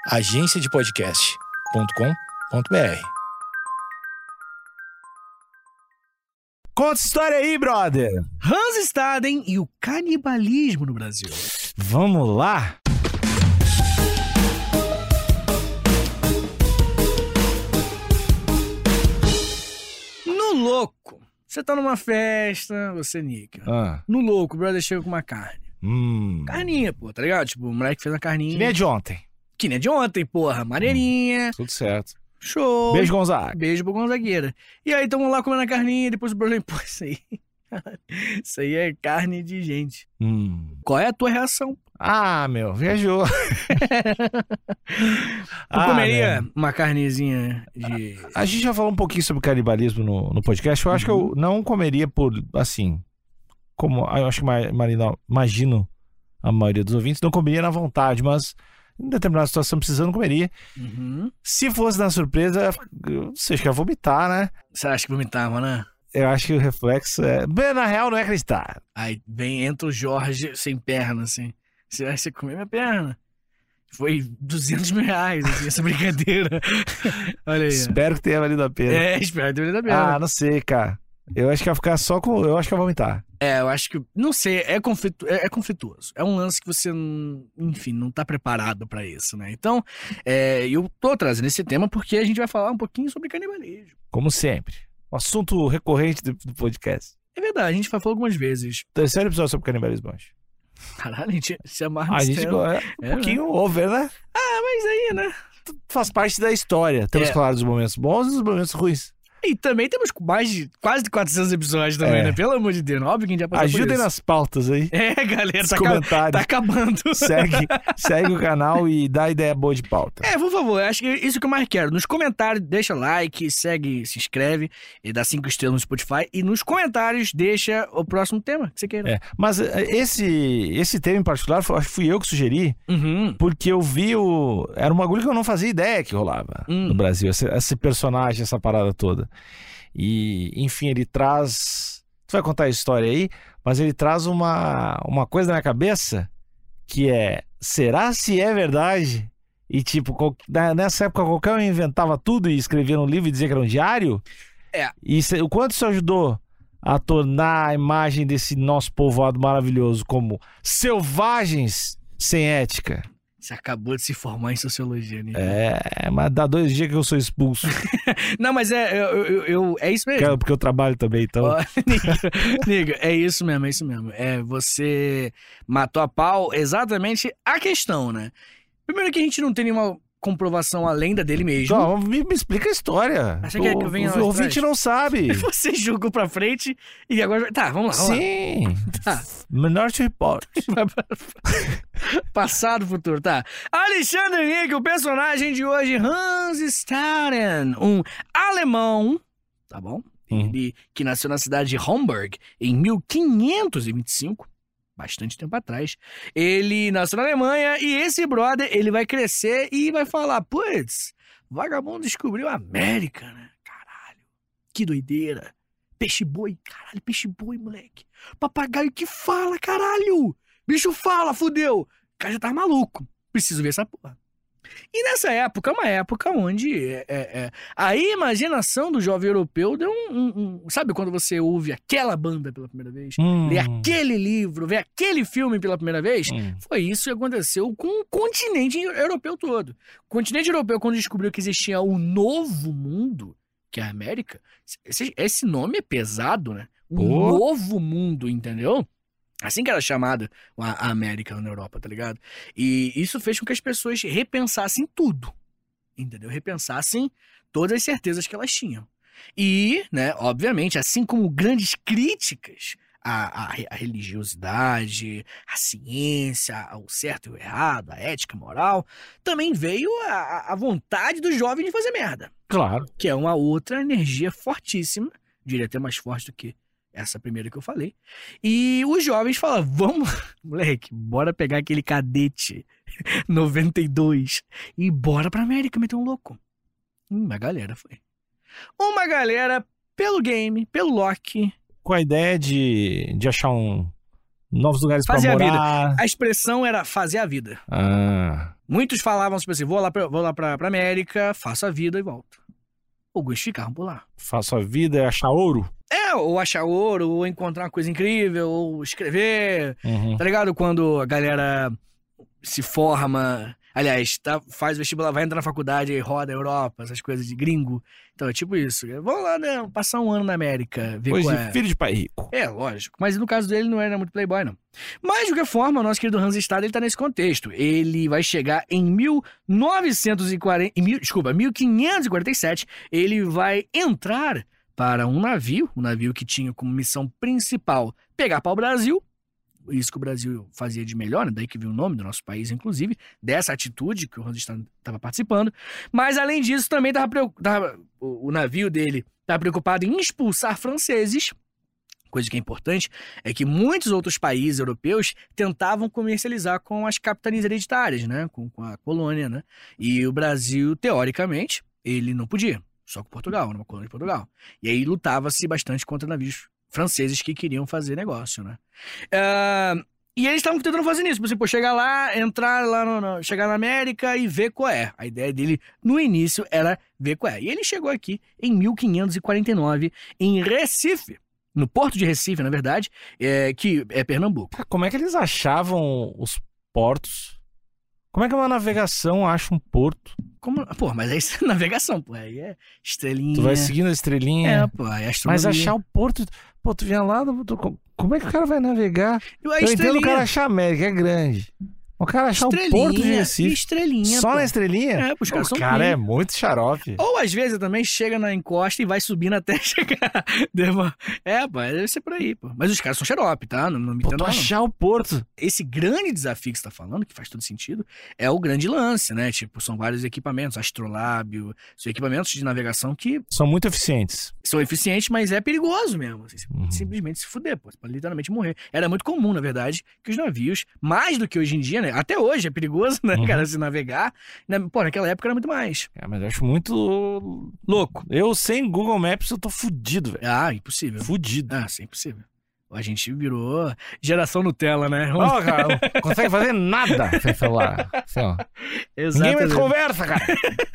agenciadepodcast.com.br. Conta essa história aí, brother! Hans Staden e o canibalismo no Brasil. Vamos lá? No louco. Você tá numa festa, você nica. No louco, o brother chega com uma carne. Carninha, pô, tá ligado? Tipo, o moleque fez uma carninha. Que nem é de ontem. Que nem é de ontem, porra. Maneirinha. Tudo certo. Show. Beijo, Gonzaga. Beijo pro Gonzagueira. E aí, tamo lá comendo a carninha, depois o brother, pô, isso aí. Isso aí é carne de gente. Qual é a tua reação? Ah, meu, viajou. Tu comeria uma carnezinha de... A gente já falou um pouquinho sobre canibalismo no podcast. Eu acho que eu não comeria por, assim, como eu acho que imagino a maioria dos ouvintes, não comeria na vontade, mas em determinada situação precisando, comeria. Se fosse na surpresa, você acha que ia vomitar, né? Você acha que vomitava, né? Eu acho que o reflexo é... Bem, na real, não é acreditar. Aí entra o Jorge sem perna, assim. Você acha que você comeu minha perna? Foi R$200 mil, assim, essa brincadeira. Olha aí. Espero que tenha valido a pena. Espero que tenha valido a pena. Ah, não sei, cara. Eu acho que ia ficar só com... Eu acho que ia vomitar. Eu acho que... Não sei, é conflituoso. É um lance que você, enfim, não tá preparado pra isso, né? Então, eu tô trazendo esse tema porque a gente vai falar um pouquinho sobre canibalismo. Como sempre. Um assunto recorrente do podcast. É verdade, a gente já falou algumas vezes. Terceiro episódio sobre canibalismo, acho. Caralho, a gente se amarra. A gente é um pouquinho over, né? Mas aí, né? Faz parte da história. Temos que falar dos momentos bons e dos momentos ruins. E também temos mais de quase 400 episódios também, né? Pelo amor de Deus, óbvio que a gente já passou por isso. Ajudem nas pautas aí. Galera, comentários. Tá acabando. Segue o canal e dá ideia boa de pauta. Por favor, acho que isso que eu mais quero. Nos comentários, deixa like, segue, se inscreve e dá 5 estrelas no Spotify. E nos comentários, deixa o próximo tema que você queira. Mas esse tema em particular, acho que fui eu que sugeri, porque eu vi era um bagulho que eu não fazia ideia que rolava no Brasil, esse personagem, essa parada toda. E, enfim, ele traz... Tu vai contar a história aí, mas ele traz uma coisa na minha cabeça que será se é verdade? E tipo, nessa época qualquer um inventava tudo e escrevia um livro e dizia que era um diário? E o quanto isso ajudou a tornar a imagem desse nosso povoado maravilhoso como selvagens sem ética? Você acabou de se formar em sociologia, né? Mas dá 2 dias que eu sou expulso. Não, mas é isso mesmo. Porque eu trabalho também, então. Niga, é isso mesmo. Você matou a pau exatamente a questão, né? Primeiro que a gente não tem nenhuma comprovação além da dele mesmo. Não, me explica a história. Você quer que eu venha O ouvinte não sabe. Você julgou pra frente e agora... Tá, vamos lá. Sim. Tá. Minority Report. Passado, futuro, tá. Alexandre Nick, o personagem de hoje, Hans Staden, um alemão, tá bom? Ele que nasceu na cidade de Homburg em 1525. Bastante tempo atrás. Ele nasceu na Alemanha e esse brother, ele vai crescer e vai falar, putz, vagabundo descobriu a América, né? Caralho, que doideira. Peixe-boi, caralho, peixe-boi, moleque. Papagaio que fala, caralho. Bicho fala, fudeu. O cara já tá maluco. Preciso ver essa porra. E nessa época, é uma época onde a imaginação do jovem europeu deu Sabe quando você ouve aquela banda pela primeira vez? Lê aquele livro, vê aquele filme pela primeira vez? Foi isso que aconteceu com o continente europeu todo. O continente europeu, quando descobriu que existia o novo mundo, que é a América, esse nome é pesado, né? Novo mundo, entendeu? Assim que era chamada a América na Europa, tá ligado? E isso fez com que as pessoas repensassem tudo, entendeu? Repensassem todas as certezas que elas tinham. E, né, obviamente, assim como grandes críticas à religiosidade, à ciência, ao certo e ao errado, à ética, moral, também veio a vontade do jovem de fazer merda. Claro. Que é uma outra energia fortíssima, diria até mais forte do que essa primeira que eu falei. E os jovens falam, vamos, moleque, bora pegar aquele cadete 92 e bora pra América meter um louco. Uma galera foi. Uma galera pelo game, pelo Loki. Com a ideia de achar um Novos lugares pra Fazer a morar. vida. A expressão era fazer a vida. Muitos falavam, tipo assim, vou lá pra América, faço a vida e volto. Alguns ficavam por lá. Faço a vida é achar ouro. Ou achar ouro, ou encontrar uma coisa incrível, ou escrever. Tá ligado? Quando a galera se forma... Aliás, faz vestibular, vai entrar na faculdade, aí roda a Europa, essas coisas de gringo. Então é tipo isso. Vamos lá, né? Passar um ano na América, ver Pois qual é, filho de pai rico. Lógico. Mas no caso dele não era muito playboy, não. Mas, de qualquer forma, o nosso querido Hans Staden, ele tá nesse contexto. Ele vai chegar em 1547, ele vai entrar para um navio que tinha como missão principal pegar para o Brasil. Isso que o Brasil fazia de melhor, né? Daí que veio o nome do nosso país, inclusive, dessa atitude que o Hans Staden estava participando. Mas, além disso, também o navio dele estava preocupado em expulsar franceses. Coisa que é importante é que muitos outros países europeus tentavam comercializar com as capitanias hereditárias, né? Com a colônia, né? E o Brasil, teoricamente, ele não podia. Só com Portugal, numa colônia de Portugal. E aí lutava-se bastante contra navios franceses que queriam fazer negócio, né? E eles estavam tentando fazer isso. Você chegar lá, entrar lá, chegar na América e ver qual é. A ideia dele, no início, era ver qual é. E ele chegou aqui em 1549, em Recife. No porto de Recife, na verdade, que é Pernambuco. Como é que eles achavam os portos? Como é que uma navegação acha um porto? Pô, mas aí é navegação, pô. Aí é estrelinha. Tu vai seguindo a estrelinha. Pô, aí é astronomia. Mas achar o porto... Pô, tu vinha lá... Como é que o cara vai navegar? Eu entendo o cara achar a América, é grande. O cara achar o porto de Recife. Estrelinha, só pô. na estrelinha? Os caras são cara é muito xarope. Ou às vezes também chega na encosta e vai subindo até chegar. Pô, deve ser por aí, pô. Mas os caras são xarope, tá? Não me entendo, tu achar o porto. Esse grande desafio que você tá falando, que faz todo sentido, é o grande lance, né? Tipo, são vários equipamentos, astrolábio, são equipamentos de navegação que... São muito eficientes. São eficientes, mas é perigoso mesmo. Assim, simplesmente se fuder, pô. Você pode literalmente morrer. Era muito comum, na verdade, que os navios, mais do que hoje em dia, né? Até hoje é perigoso, né, cara, se navegar. Pô, naquela época era muito mais. Mas eu acho muito louco. Eu, sem Google Maps, eu tô fudido, velho. Impossível. Fudido. Isso é impossível. A gente virou geração Nutella, né? Cara, não consegue fazer nada sem celular. Assim, ó. Ninguém mais conversa, cara.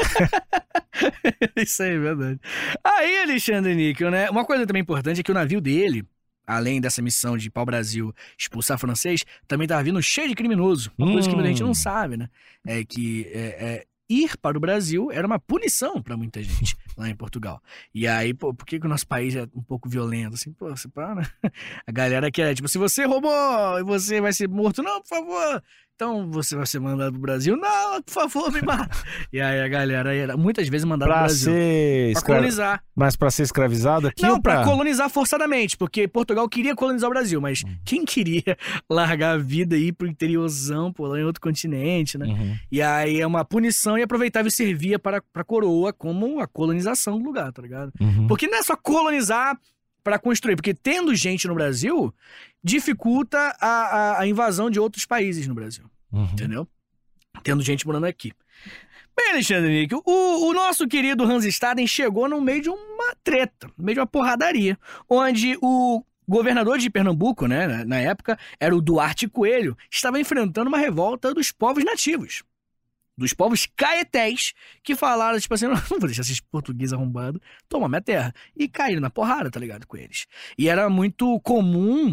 Isso aí, é verdade. Aí, Alexandre Níquel, né? Uma coisa também importante é que o navio dele, além dessa missão de ir para o Brasil expulsar francês, também tava vindo cheio de criminoso. Uma coisa que muita gente não sabe, né? É que ir para o Brasil era uma punição para muita gente lá em Portugal. E aí, pô, por que o nosso país é um pouco violento? Assim, pô, você para. A galera quer, tipo, se você roubou e você vai ser morto, não, por favor. Então você vai ser mandado pro Brasil? Não, por favor, me mata. E aí a galera era muitas vezes mandada pro Brasil. Pra colonizar. Mas pra ser escravizado aqui? Não, pra colonizar forçadamente, porque Portugal queria colonizar o Brasil, mas quem queria largar a vida e ir pro interiorzão, pô, lá em outro continente, né? E aí é uma punição e aproveitável e servia para a coroa como a colonização do lugar, tá ligado? Porque não é só colonizar para construir, porque tendo gente no Brasil, dificulta a invasão de outros países no Brasil, entendeu? Tendo gente morando aqui. Bem, Alexandre Níquel, o nosso querido Hans Staden chegou no meio de uma treta, no meio de uma porradaria, onde o governador de Pernambuco, né, na época, era o Duarte Coelho, estava enfrentando uma revolta dos povos nativos. Dos povos caetés, que falaram, tipo assim, não vou deixar esses portugueses arrombados tomar minha terra. E caíram na porrada, tá ligado, com eles. E era muito comum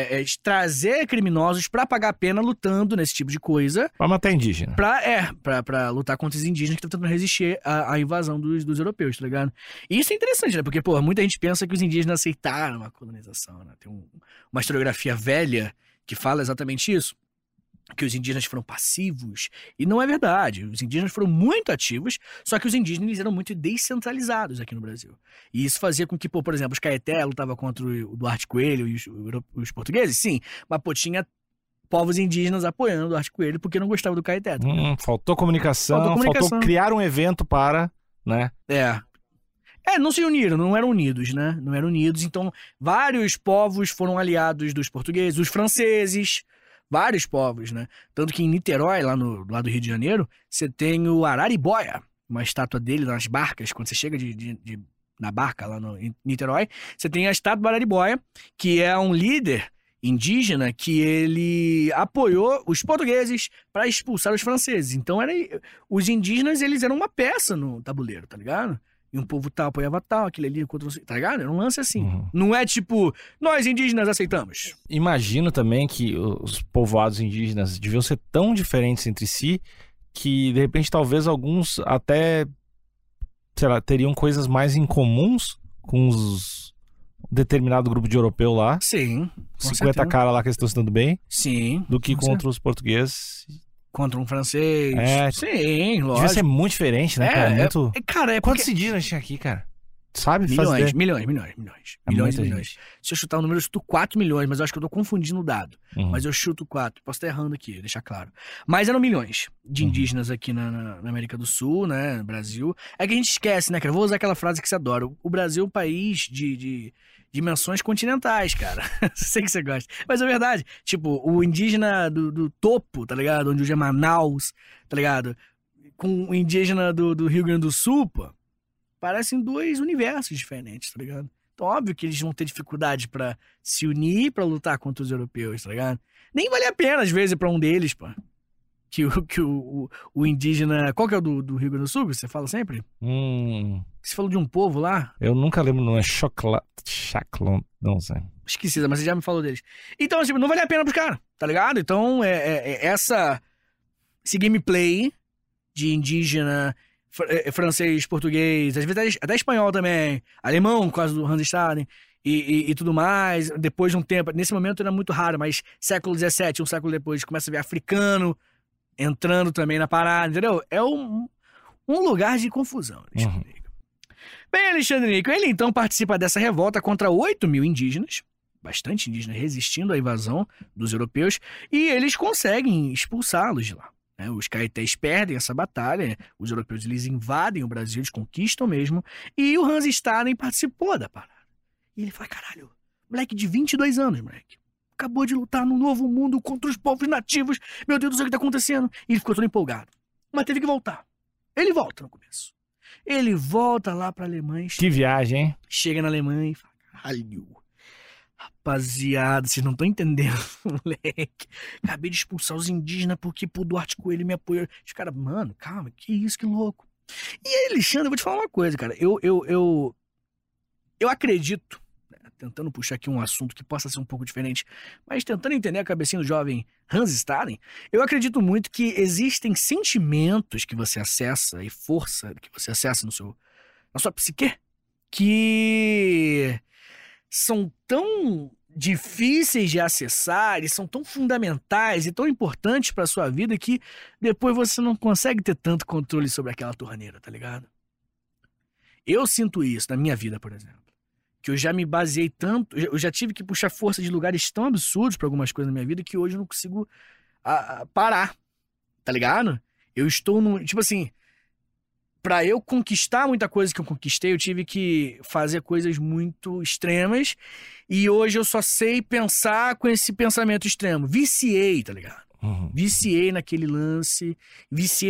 trazer criminosos pra pagar pena lutando nesse tipo de coisa. Pra matar indígena. Pra lutar contra os indígenas que estão tentando resistir à invasão dos europeus, tá ligado? E isso é interessante, né? Porque, pô, muita gente pensa que os indígenas aceitaram a colonização, né? Tem uma historiografia velha que fala exatamente isso. Que os indígenas foram passivos, e não é verdade. Os indígenas foram muito ativos, só que os indígenas eram muito descentralizados aqui no Brasil. E isso fazia com que, pô, por exemplo, os Caeté lutavam contra o Duarte Coelho e os portugueses, sim, mas, pô, tinha povos indígenas apoiando o Duarte Coelho porque não gostavam do Caeté. Faltou comunicação, faltou criar um evento para, né? Não se uniram, não eram unidos, né? Não eram unidos, então vários povos foram aliados dos portugueses, os franceses... Vários povos, né? Tanto que em Niterói, lá do Rio de Janeiro, você tem o Araribóia, uma estátua dele nas barcas. Quando você chega na barca lá em Niterói, você tem a estátua do Araribóia, que é um líder indígena que ele apoiou os portugueses para expulsar os franceses. Então, os indígenas, eles eram uma peça no tabuleiro, tá ligado? E um povo tal apoiava tal, aquele ali contra o... Tá ligado? Era um lance assim. Não é tipo, nós indígenas aceitamos. Imagino também que os povoados indígenas deviam ser tão diferentes entre si que, de repente, talvez alguns até, sei lá, teriam coisas mais incomuns com os determinado grupo de europeu lá. Sim. 50 caras lá que eles estão se dando bem. Sim. Do que contra os portugueses. Contra um francês. Sim, lógico. Devia ser muito diferente, né, cara? Muito... Cara, Quantos indígenas tinha aqui, cara? Sabe? Milhões. Se eu chutar o número, eu chuto 4 milhões, mas eu acho que eu tô confundindo o dado. Mas eu chuto 4. Posso estar errando aqui, deixar claro. Mas eram milhões de indígenas aqui na América do Sul, né, no Brasil. É que a gente esquece, né, cara? Vou usar aquela frase que você adora. O Brasil é um país de dimensões continentais, cara. Sei que você gosta. Mas é verdade. Tipo, o indígena do topo, tá ligado? Onde hoje é Manaus, tá ligado? Com o indígena do Rio Grande do Sul, pô. Parecem dois universos diferentes, tá ligado? Então, óbvio que eles vão ter dificuldade pra se unir pra lutar contra os europeus, tá ligado? Nem vale a pena, às vezes, pra um deles, pô. Que o indígena... Qual que é o do Rio Grande do Sul, que você fala sempre? Você falou de um povo lá? Eu nunca lembro, não é Chaclon, não sei. Esqueci, mas você já me falou deles. Então, assim, não vale a pena pros caras, tá ligado? Então, esse gameplay de indígena, francês, português, às vezes até espanhol também, alemão, por causa do Hans Staden, e tudo mais. Depois de um tempo, nesse momento era muito raro, mas século XVII, um século depois, começa a ver africano entrando também na parada, entendeu? É um lugar de confusão, Alexandre Níquel. Bem, Alexandre Níquel, ele então participa dessa revolta contra 8 mil indígenas, bastante indígenas resistindo à invasão dos europeus, e eles conseguem expulsá-los de lá. Os caetés perdem essa batalha, os europeus eles invadem o Brasil, eles conquistam mesmo, e o Hans Staden participou da parada. E ele fala, caralho, moleque de 22 anos, moleque. Acabou de lutar no novo mundo contra os povos nativos. Meu Deus do céu, o que tá acontecendo? E ele ficou todo empolgado. Mas teve que voltar. Ele volta no começo. Ele volta lá pra Alemanha. Que viagem, hein? Chega na Alemanha e fala, caralho, rapaziada, vocês não estão entendendo, moleque. Acabei de expulsar os indígenas porque o Duarte Coelho me apoiou. Os caras, mano, calma, que isso, que louco. E aí, Alexandre, eu vou te falar uma coisa, cara. Eu acredito, tentando puxar aqui um assunto que possa ser um pouco diferente, mas tentando entender a cabecinha do jovem Hans Staden, eu acredito muito que existem sentimentos que você acessa e força que você acessa na sua psique que são tão difíceis de acessar e são tão fundamentais e tão importantes pra sua vida que depois você não consegue ter tanto controle sobre aquela torneira, tá ligado? Eu sinto isso na minha vida, por exemplo. Que eu já me baseei tanto, eu já tive que puxar força de lugares tão absurdos pra algumas coisas na minha vida que hoje eu não consigo parar, tá ligado? Eu estou tipo assim, pra eu conquistar muita coisa que eu conquistei, eu tive que fazer coisas muito extremas e hoje eu só sei pensar com esse pensamento extremo. Viciei, tá ligado? Viciei naquele lance, viciei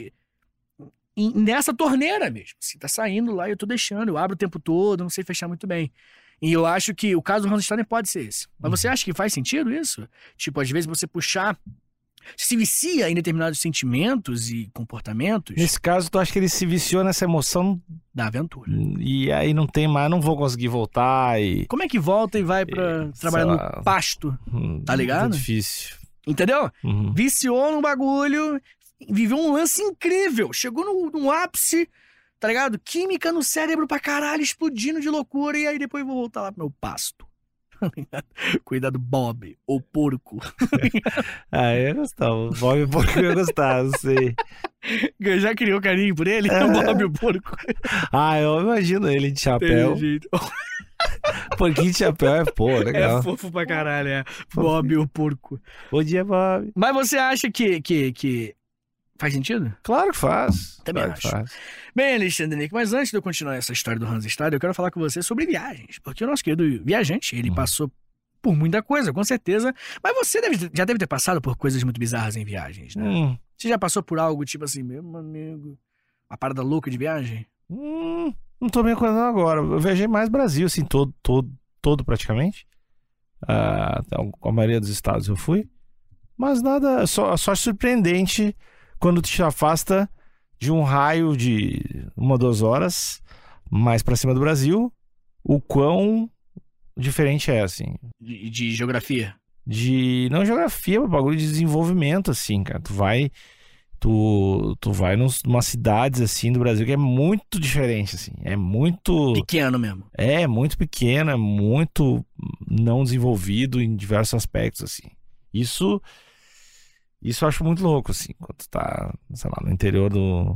nessa torneira mesmo. Assim, tá saindo lá e eu tô deixando, eu abro o tempo todo, não sei fechar muito bem. E eu acho que o caso do Hans Staden pode ser esse. Mas você acha que faz sentido isso? Tipo, às vezes você puxar... Você se vicia em determinados sentimentos e comportamentos? Nesse caso, tu acha que ele se viciou nessa emoção da aventura. E aí não tem mais, não vou conseguir voltar e... Como é que volta e vai pra trabalhar no pasto? Tá ligado? É difícil. Entendeu? Viciou no bagulho... Viveu um lance incrível. Chegou no ápice, tá ligado? Química no cérebro pra caralho, explodindo de loucura. E aí depois eu vou voltar lá pro meu pasto. Cuidado, Bob, ou porco. Eu ia gostar. O Bob, o porco eu ia gostar, não sei. Já criou carinho por ele? O Bob, o porco. Eu imagino ele de chapéu. Porquinho de chapéu legal. É fofo pra caralho, Bob, o porco. Bom dia, Bob. Mas você acha que faz sentido? Claro que faz. Também claro acho. Que faz. Bem, Alexandre Níquel, mas antes de eu continuar essa história do Hans Staden, eu quero falar com você sobre viagens. Porque o nosso querido viajante, ele passou por muita coisa, com certeza. Mas você já deve ter passado por coisas muito bizarras em viagens, né? Você já passou por algo tipo assim, meu amigo, uma parada louca de viagem? Não tô me acordando agora. Eu viajei mais Brasil, assim, todo praticamente. Com a maioria dos estados eu fui. Mas nada, só surpreendente quando te afasta de um raio de 1 ou 2 horas mais pra cima do Brasil, o quão diferente é, assim. De geografia? Não geografia, bagulho de desenvolvimento, assim, cara. Tu vai numa cidades, assim, do Brasil que é muito diferente, assim. É muito... Pequeno mesmo. É, muito pequeno, é muito não desenvolvido em diversos aspectos, assim. Isso eu acho muito louco, assim, quando tu tá, sei lá, no interior do...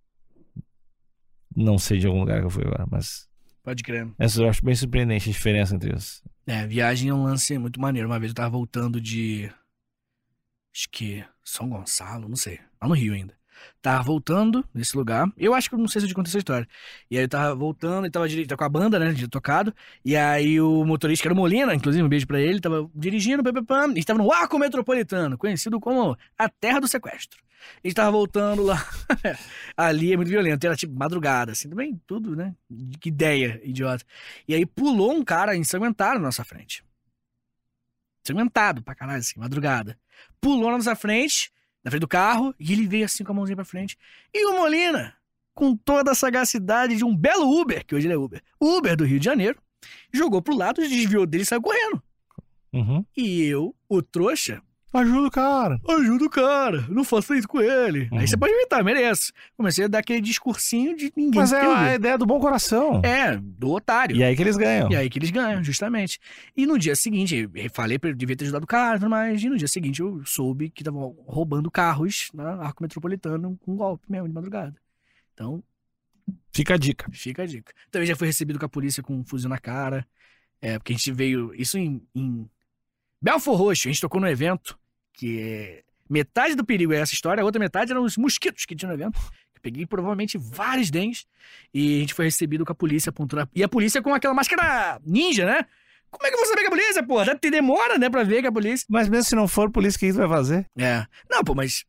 Não sei de algum lugar que eu fui agora, mas... Pode crer. Essa eu acho bem surpreendente a diferença entre os... Viagem é um lance muito maneiro. Uma vez eu tava voltando de... Acho que São Gonçalo, não sei. Lá no Rio ainda. Tava voltando nesse lugar. Eu acho que eu não sei se eu te contei essa história. E aí eu tava voltando e tava com a banda, né? De tocado. E aí o motorista, que era o Molina, inclusive, um beijo pra ele, tava dirigindo, e estava no Arco Metropolitano, conhecido como a terra do sequestro. A gente tava voltando lá. Ali é muito violento. Era tipo madrugada, assim, também tudo, né? Que ideia, idiota. E aí pulou um cara ensanguentado na nossa frente. Ensanguentado pra caralho, assim, madrugada. Pulou na nossa frente, na frente do carro, e ele veio assim com a mãozinha pra frente. E o Molina, com toda a sagacidade de um belo Uber, que hoje ele é Uber do Rio de Janeiro, jogou pro lado, desviou dele e saiu correndo. Uhum. E eu, o trouxa, ajuda o cara, não faça isso com ele. Aí você pode inventar, mereço. Comecei a dar aquele discursinho de ninguém. Mas é a ideia do bom coração. É, do otário. E aí que eles ganham. Justamente. E no dia seguinte, eu falei pra ele, devia ter ajudado o cara, mas e no dia seguinte eu soube que tava roubando carros na Arco Metropolitano com um golpe mesmo, de madrugada. Então... Fica a dica. Também já fui recebido com a polícia com um fuzil na cara. Porque a gente veio... Isso em Belfort Roxo. A gente tocou no evento que metade do perigo é essa história, a outra metade eram os mosquitos que tinha no evento. Eu peguei provavelmente vários dengues e a gente foi recebido com a polícia apontando. E a polícia com aquela máscara ninja, né? Como é que eu vou saber que é a polícia, pô? Até demora, né, pra ver que é a polícia. Mas mesmo se não for polícia, o que tu vai fazer? Não, pô, mas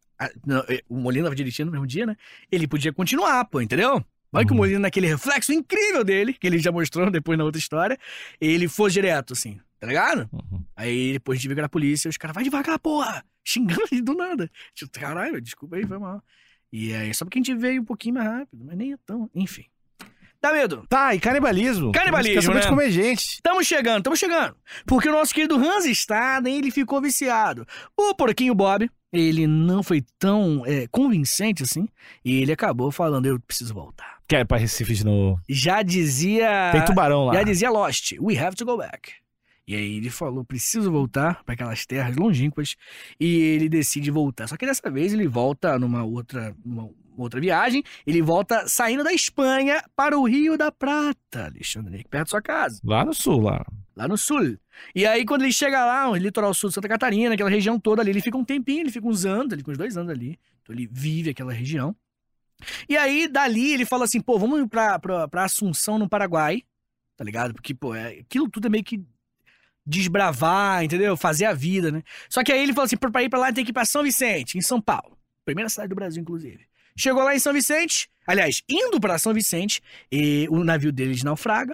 o Molina tava dirigindo no mesmo dia, né? Ele podia continuar, pô, entendeu? Vai que o Molina, naquele reflexo incrível dele, que ele já mostrou depois na outra história, ele foi direto, assim, tá ligado? Aí depois a gente viu que era a polícia, os caras, vai devagar, porra! Xingando ele do nada. Tipo, caralho, desculpa aí, foi mal. E aí, só porque a gente veio um pouquinho mais rápido, mas nem é tão... Enfim. Dá medo. Tá, e canibalismo. Canibalismo, né? De comer gente. Estamos chegando. Porque o nosso querido Hans Staden, ele ficou viciado. O porquinho Bob, ele não foi tão convincente assim, e ele acabou falando, eu preciso voltar. Quer ir pra Recife de novo? Já dizia... Tem tubarão lá. Já dizia Lost, we have to go back. E aí ele falou, preciso voltar para aquelas terras longínquas, e ele decide voltar. Só que dessa vez ele volta numa outra viagem, ele volta saindo da Espanha para o Rio da Prata, Alexandre, perto da sua casa. Lá no sul, lá. Lá no sul. E aí quando ele chega lá, no litoral sul de Santa Catarina, aquela região toda ali, ele fica um tempinho, ele fica uns anos, ele fica uns 2 anos ali, então ele vive aquela região. E aí dali ele fala assim, pô, vamos pra Assunção no Paraguai, tá ligado? Porque, pô, aquilo tudo é meio que desbravar, entendeu? Fazer a vida, né? Só que aí ele falou assim, pra ir pra lá tem que ir pra São Vicente, em São Paulo. Primeira cidade do Brasil, inclusive. Chegou lá em São Vicente, aliás, indo pra São Vicente, e o navio deles naufraga.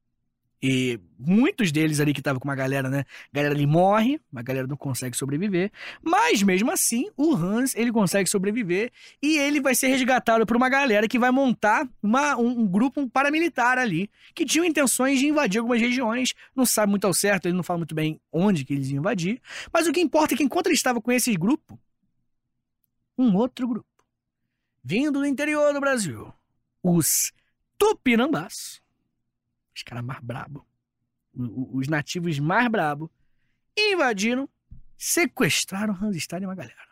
E muitos deles ali que estavam com uma galera, né? A galera ali morre, a galera não consegue sobreviver. Mas mesmo assim, o Hans, ele consegue sobreviver. E ele vai ser resgatado por uma galera que vai montar um grupo paramilitar ali. Que tinham intenções de invadir algumas regiões. Não sabe muito ao certo, ele não fala muito bem onde que eles iam invadir. Mas o que importa é que enquanto ele estava com esse grupo, um outro grupo, vindo do interior do Brasil, os Tupinambás, os caras mais brabos, os nativos mais brabos, invadiram, sequestraram Hans Staden e uma galera.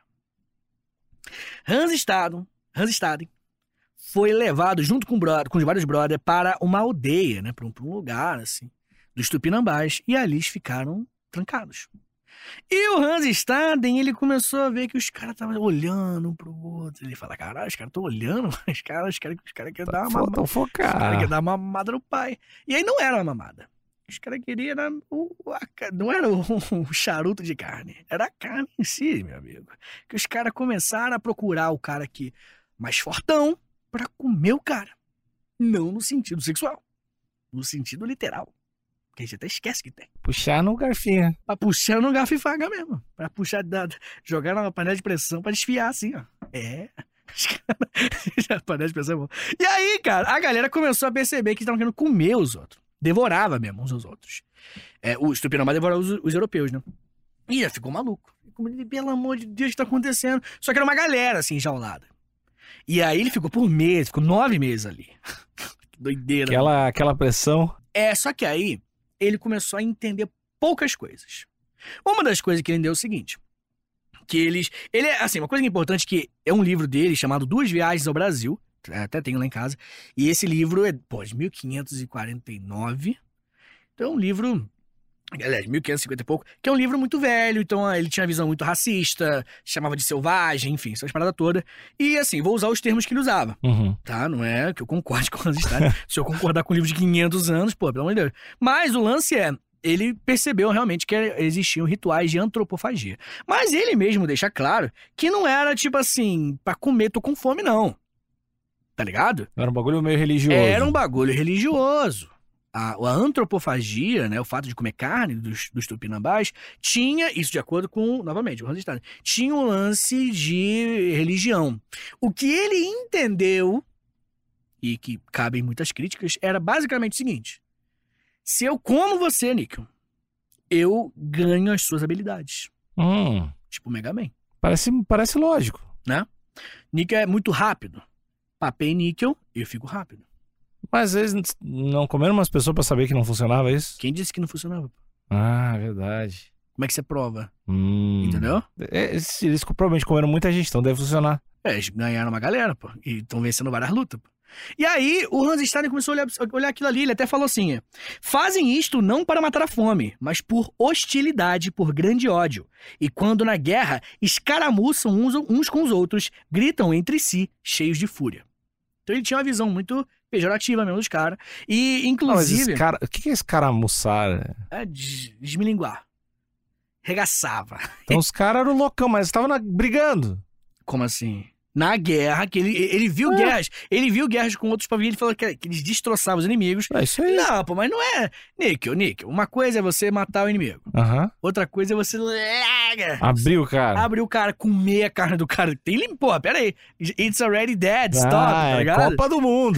Hans Staden foi levado junto com os vários brothers para uma aldeia, né, para um lugar assim, dos Tupinambás, e ali eles ficaram trancados. E o Hans Staden, ele começou a ver que os caras estavam olhando um pro outro. Ele fala, caralho, os caras estão olhando, os caras querem dar uma mamada. Tão focado. Os caras querem dar uma mamada no pai. E aí não era uma mamada. Os caras queriam, não era o charuto de carne, era a carne em si, meu amigo. Que os caras começaram a procurar o cara aqui mais fortão pra comer o cara. Não no sentido sexual, no sentido literal. Porque a gente até esquece que tem. Puxar no garfinho. Pra puxar no garfo e faca mesmo. Pra puxar, jogar na panela de pressão pra desfiar assim, ó. Panela de pressão é bom. E aí, cara, a galera começou a perceber que estavam querendo comer os outros. Devorava mesmo uns aos outros. Os Tupinambá devoravam os europeus, né? E já ficou maluco. Pelo amor de Deus, o que tá acontecendo? Só que era uma galera, assim, enjaulada. E aí ele ficou por meses, ficou 9 meses ali. Que doideira. Aquela pressão. Só que aí ele começou a entender poucas coisas. Uma das coisas que ele entendeu é o seguinte. Que ele assim, uma coisa importante que é um livro dele chamado Duas Viagens ao Brasil. Até tenho lá em casa. E esse livro é, de 1549. Então é um livro... Aliás, 1550 e pouco, que é um livro muito velho, então ele tinha uma visão muito racista, chamava de selvagem, enfim, essas paradas todas. E assim, vou usar os termos que ele usava, tá? Não é que eu concorde com as histórias. Se eu concordar com um livro de 500 anos, pô, pelo amor de Deus. Mas o lance ele percebeu realmente que existiam rituais de antropofagia. Mas ele mesmo deixa claro que não era tipo assim, pra comer, tô com fome, não. Tá ligado? Era um bagulho meio religioso. Era um bagulho religioso. A antropofagia, né, o fato de comer carne dos tupinambás, tinha, isso de acordo com, novamente, o Hans Steiner, tinha um lance de religião. O que ele entendeu, e que cabem muitas críticas, era basicamente o seguinte: se eu como você, Níquel, eu ganho as suas habilidades. Tipo Mega Man. Parece lógico. Né? Níquel é muito rápido. Papei Níquel, eu fico rápido. Mas eles não comeram umas pessoas pra saber que não funcionava isso? Quem disse que não funcionava? Ah, verdade. Como é que você prova? Entendeu? Eles provavelmente comeram muita gente, então deve funcionar. Eles ganharam uma galera, pô. E estão vencendo várias lutas, pô. E aí, o Hans Steiner começou a olhar aquilo ali, ele até falou assim: fazem isto não para matar a fome, mas por hostilidade, por grande ódio. E quando na guerra, escaramuçam uns com os outros, gritam entre si, cheios de fúria. Então ele tinha uma visão muito pejorativa mesmo dos caras. E, inclusive... O que é escaramuçar? Desmilinguar. Regaçava. Então os caras eram loucão, mas estavam brigando. Como assim? Na guerra, que ele viu guerras. Ele viu guerras com outros pavilhões, ele falou que eles destroçavam os inimigos. É isso aí. Não, pô, mas não é... Níquel. Uma coisa é você matar o inimigo. Outra coisa é você... Abrir o cara. Comer a carne do cara. Pô, pera aí. It's already dead, stop, tá ligado? Copa do Mundo.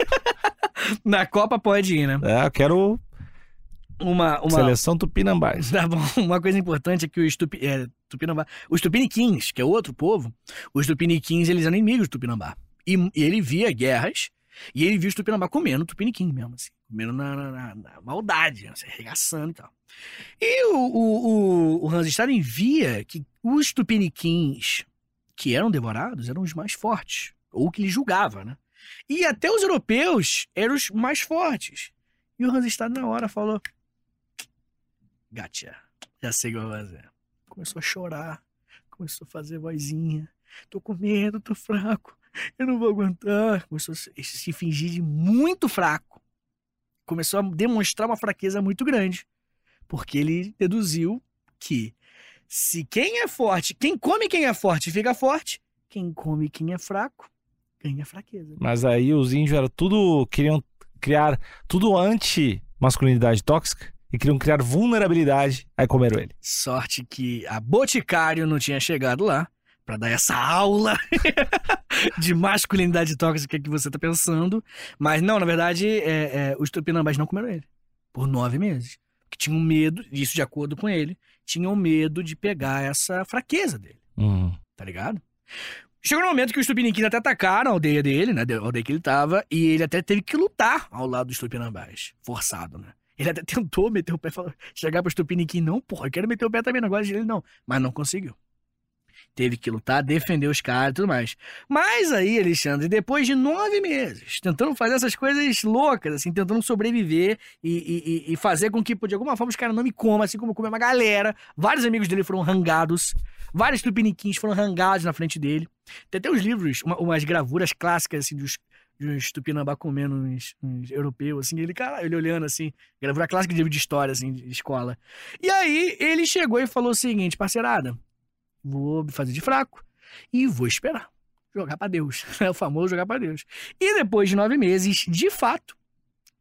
Na Copa pode ir, né? Eu quero... Uma seleção tupinambás. Tá bom. Uma coisa importante é que os tupiniquins, que é outro povo, os tupiniquins, eles eram inimigos do tupinambá. E ele via guerras, e ele via os tupinambá comendo tupiniquim mesmo, assim. Comendo na maldade, assim, arregaçando e tal. E o Hans Steiner via que os tupiniquins que eram devorados eram os mais fortes, ou que ele julgava, né? E até os europeus eram os mais fortes. E o Hans Steiner na hora falou: Gotcha, já sei o que eu vou fazer. Começou a chorar, começou a fazer vozinha. Tô com medo, tô fraco, eu não vou aguentar. Começou a se fingir de muito fraco. Começou a demonstrar uma fraqueza muito grande. Porque ele deduziu que se quem é forte, quem come quem é forte fica forte, quem come quem é fraco ganha fraqueza. Mas aí os índios queriam criar tudo anti-masculinidade tóxica e queriam criar vulnerabilidade, aí comeram ele. Sorte que a Boticário não tinha chegado lá pra dar essa aula de masculinidade tóxica que você tá pensando. Mas não, na verdade, os tupinambás não comeram ele por 9 meses. Porque tinham medo, isso de acordo com ele, tinham medo de pegar essa fraqueza dele. Tá ligado? Chegou no momento que os tupiniquins até atacaram a aldeia dele, né? A aldeia que ele tava, e ele até teve que lutar ao lado dos tupinambás. Forçado, né? Ele até tentou meter o pé, chegar pros tupiniquins, não, porra, eu quero meter o pé também, não gosto dele, não. Mas não conseguiu. Teve que lutar, defender os caras e tudo mais. Mas aí, Alexandre, depois de 9 meses, tentando fazer essas coisas loucas, assim, tentando sobreviver e fazer com que, de alguma forma, os caras não me comam, assim como comer uma galera. Vários amigos dele foram rangados. Vários tupiniquins foram rangados na frente dele. Tem até uns livros, umas gravuras clássicas, assim, dos tupinambá comendo uns europeus, assim. Ele olhando, assim, gravura clássica de livro de história, assim, de escola. E aí, ele chegou e falou o seguinte: parceirada, vou me fazer de fraco e vou esperar. Jogar pra Deus. É o famoso jogar pra Deus. E depois de 9 meses, de fato,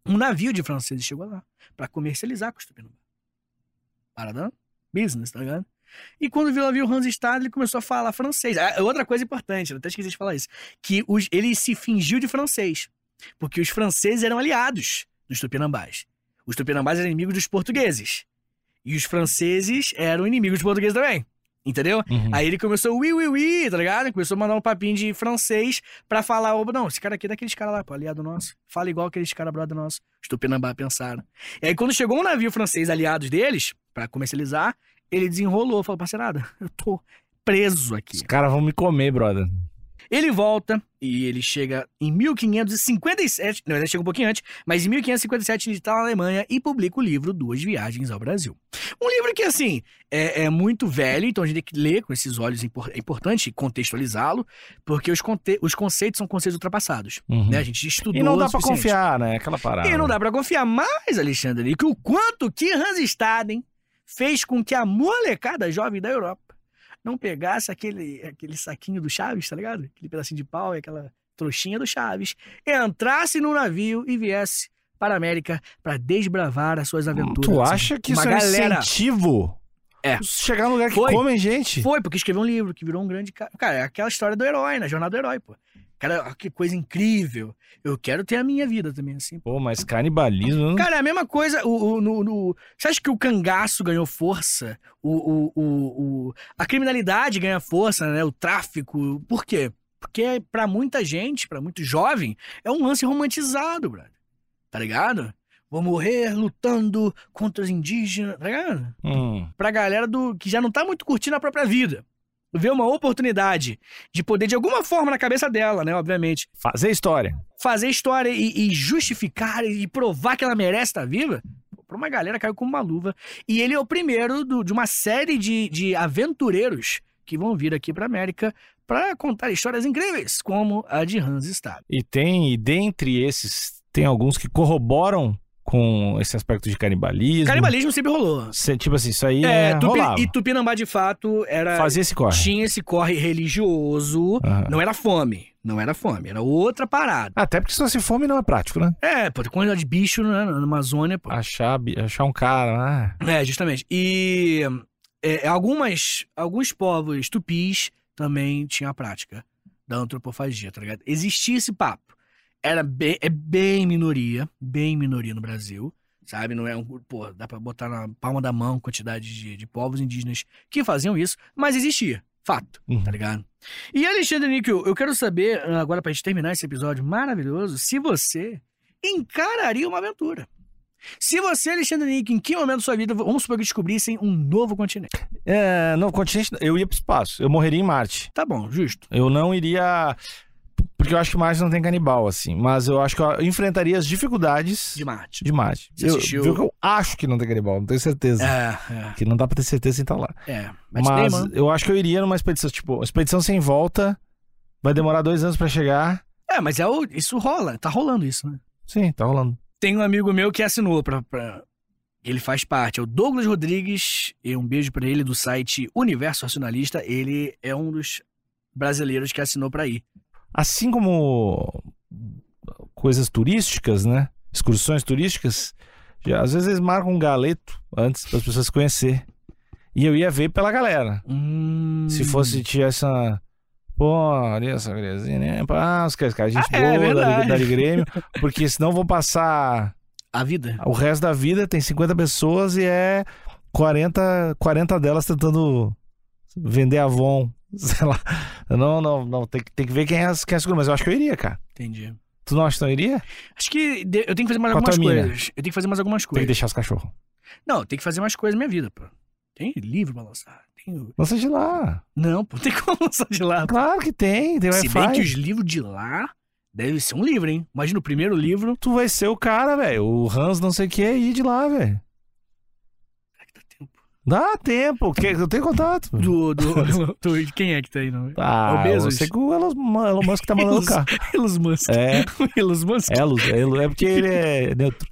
um navio de franceses chegou lá pra comercializar com os Tupinambás. Parada? Business, tá ligado? E quando viu o navio Hans Stadler, ele começou a falar francês. Outra coisa importante, eu até esqueci de falar isso, que ele se fingiu de francês, porque os franceses eram aliados dos Tupinambás. Os Tupinambás eram inimigos dos portugueses. E os franceses eram inimigos dos portugueses também. Entendeu? Aí ele começou, tá ligado? Começou a mandar um papinho de francês pra falar, não, esse cara aqui é daqueles caras lá, pô, aliado nosso. Fala igual aqueles caras brother nosso. Os Tupinambá pensaram. E aí quando chegou um navio francês aliados deles, pra comercializar, ele desenrolou, falou, parceirada, eu tô preso aqui. Os caras vão me comer, brother. Ele volta e ele chega em 1557, na verdade chega um pouquinho antes, mas em 1557 ele está na Alemanha e publica o livro Duas Viagens ao Brasil. Um livro que, assim, é muito velho, então a gente tem que ler com esses olhos, é importante contextualizá-lo, porque os conceitos são conceitos ultrapassados, né? A gente estudou. E não dá pra confiar, né? Aquela parada. E não dá pra confiar mais, Alexandre, que o quanto que Hans Staden fez com que a molecada jovem da Europa não pegasse aquele saquinho do Chaves, tá ligado? Aquele pedacinho de pau e aquela trouxinha do Chaves, entrasse no navio e viesse para a América para desbravar as suas aventuras. Tu acha que isso é incentivo? É. Chegar num lugar que comem gente? Foi, porque escreveu um livro que virou um grande... Cara, é aquela história do herói, né? Jornada do herói, pô. Cara, que coisa incrível. Eu quero ter a minha vida também, assim. Pô, mas canibalismo... Cara, é a mesma coisa. Você acha que o cangaço ganhou força? A criminalidade ganha força, né? O tráfico. Por quê? Porque pra muita gente, pra muito jovem, é um lance romantizado, brother. Tá ligado? Vou morrer lutando contra os indígenas, tá ligado? Pra galera que já não tá muito curtindo a própria vida. Ver uma oportunidade de poder, de alguma forma, na cabeça dela, né, obviamente. Fazer história. Fazer história e justificar e provar que ela merece estar viva. Pra uma galera caiu como uma luva. E ele é o primeiro de uma série de aventureiros que vão vir aqui pra América pra contar histórias incríveis, como a de Hans Staden. E dentre esses, tem alguns que corroboram com esse aspecto de canibalismo. Canibalismo sempre rolou. Tipo assim, isso aí rolava. E Tupinambá, de fato, fazia esse corre. Tinha esse corre religioso. Não era fome. Não era fome. Era outra parada. Até porque se fosse fome não é prático, né? Pô, tem quantidade de bicho, né, na Amazônia. Pô. Achar um cara, né? Justamente. E alguns povos tupis também tinham a prática da antropofagia, tá ligado? Existia esse papo. É bem minoria no Brasil, sabe? Não é pô, dá pra botar na palma da mão quantidade de povos indígenas que faziam isso, mas existia, fato, tá ligado? E Alexandre Níquel, eu quero saber, agora pra gente terminar esse episódio maravilhoso, se você encararia uma aventura. Se você, Alexandre Níquel, em que momento da sua vida, vamos supor que descobrissem um novo continente? Novo continente, eu ia pro espaço, eu morreria em Marte. Tá bom, justo. Eu não iria... Porque eu acho que Marte não tem canibal, assim. Mas eu acho que eu enfrentaria as dificuldades... De Marte. Você assistiu... Viu que eu acho que não tem canibal, não tenho certeza. Que não dá pra ter certeza sem estar lá. Mas eu acho que eu iria numa expedição, tipo, expedição sem volta, vai demorar 2 anos pra chegar. Mas isso rola, tá rolando isso, né? Sim, tá rolando. Tem um amigo meu que assinou ele faz parte, é o Douglas Rodrigues, e um beijo pra ele, do site Universo Racionalista. Ele é um dos brasileiros que assinou pra ir. Assim como coisas turísticas, né? Excursões turísticas, às vezes eles marcam um galeto antes para as pessoas se conhecer. E eu ia ver pela galera. Se fosse, tivesse essa... Pô, ali essa guriazinha, né? Os caras, gente boa, da Grêmio. Porque senão vão passar... A vida. O resto da vida, tem 50 pessoas e 40 delas tentando vender Avon. Sei lá. Não. Tem que ver quem é seguro, mas eu acho que eu iria, cara. Entendi. Tu não acha que tu não iria? Acho que eu tenho que fazer mais algumas coisas. Eu tenho que fazer mais algumas coisas. Tem que deixar os cachorros. Não, tem que fazer mais coisas na minha vida, pô. Tem livro pra lançar. Lança de lá. Não, pô, não tem como lançar de lá. Claro que tem Wi-Fi. Se bem que os livros de lá devem ser um livro, hein? Imagina o primeiro livro. Tu vai ser o cara, velho. O Hans não sei o que ir de lá, velho. Dá tempo, eu tenho contato. Quem é que tá aí? Não? É o Bezos? Eu sei que o Elon Musk tá mandando o carro. Elon Musk. Elon Musk. É porque ele é neutro.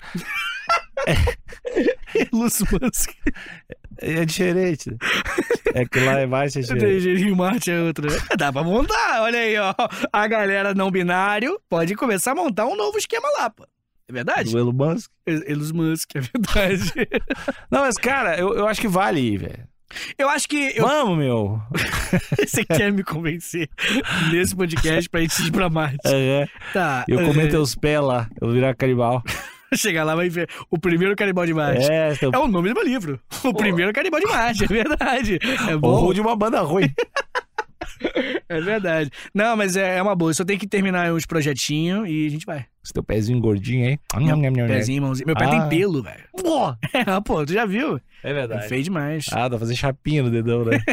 Elon Musk. É diferente. É que lá embaixo é diferente. Em Marte é outro. Dá pra montar, olha aí, ó. A galera não binário pode começar a montar um novo esquema lá, pô. É verdade? Do Elon Musk. Elon Musk, é verdade. Não, mas, cara, eu acho que vale ir, velho. Eu acho que... Vamos, meu. Você quer me convencer nesse podcast pra gente ir pra Marte. Tá. Eu comer teus pés lá, eu vou virar canibal. Chegar lá, vai ver o primeiro canibal de Marte. É o nome do meu livro. O primeiro canibal de Marte, é verdade. É bom. Ou de uma banda ruim. É verdade. Não, mas é uma boa. Eu só tenho que terminar uns projetinhos e a gente vai. Esse teu pezinho gordinho aí. Pezinho, mãozinho. Meu pé tem pelo, velho. Pô, tu já viu? É verdade. É feio demais. Dá pra fazer chapinha no dedão, né?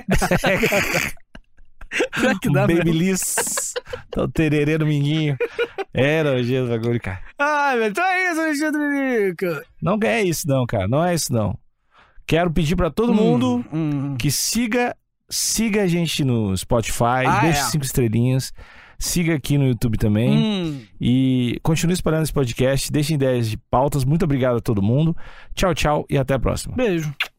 Que dá Babyliss. Tá o tererê no minguinho. Nojento o bagulho, cara. Ai, velho, então é isso, Alexandre Nico. Não é isso não, cara. Não é isso não. Quero pedir pra todo mundo que siga a gente no Spotify, deixe 5 estrelinhas. Siga aqui no YouTube também. E continue espalhando esse podcast. Deixem ideias de pautas. Muito obrigado a todo mundo. Tchau, tchau e até a próxima. Beijo.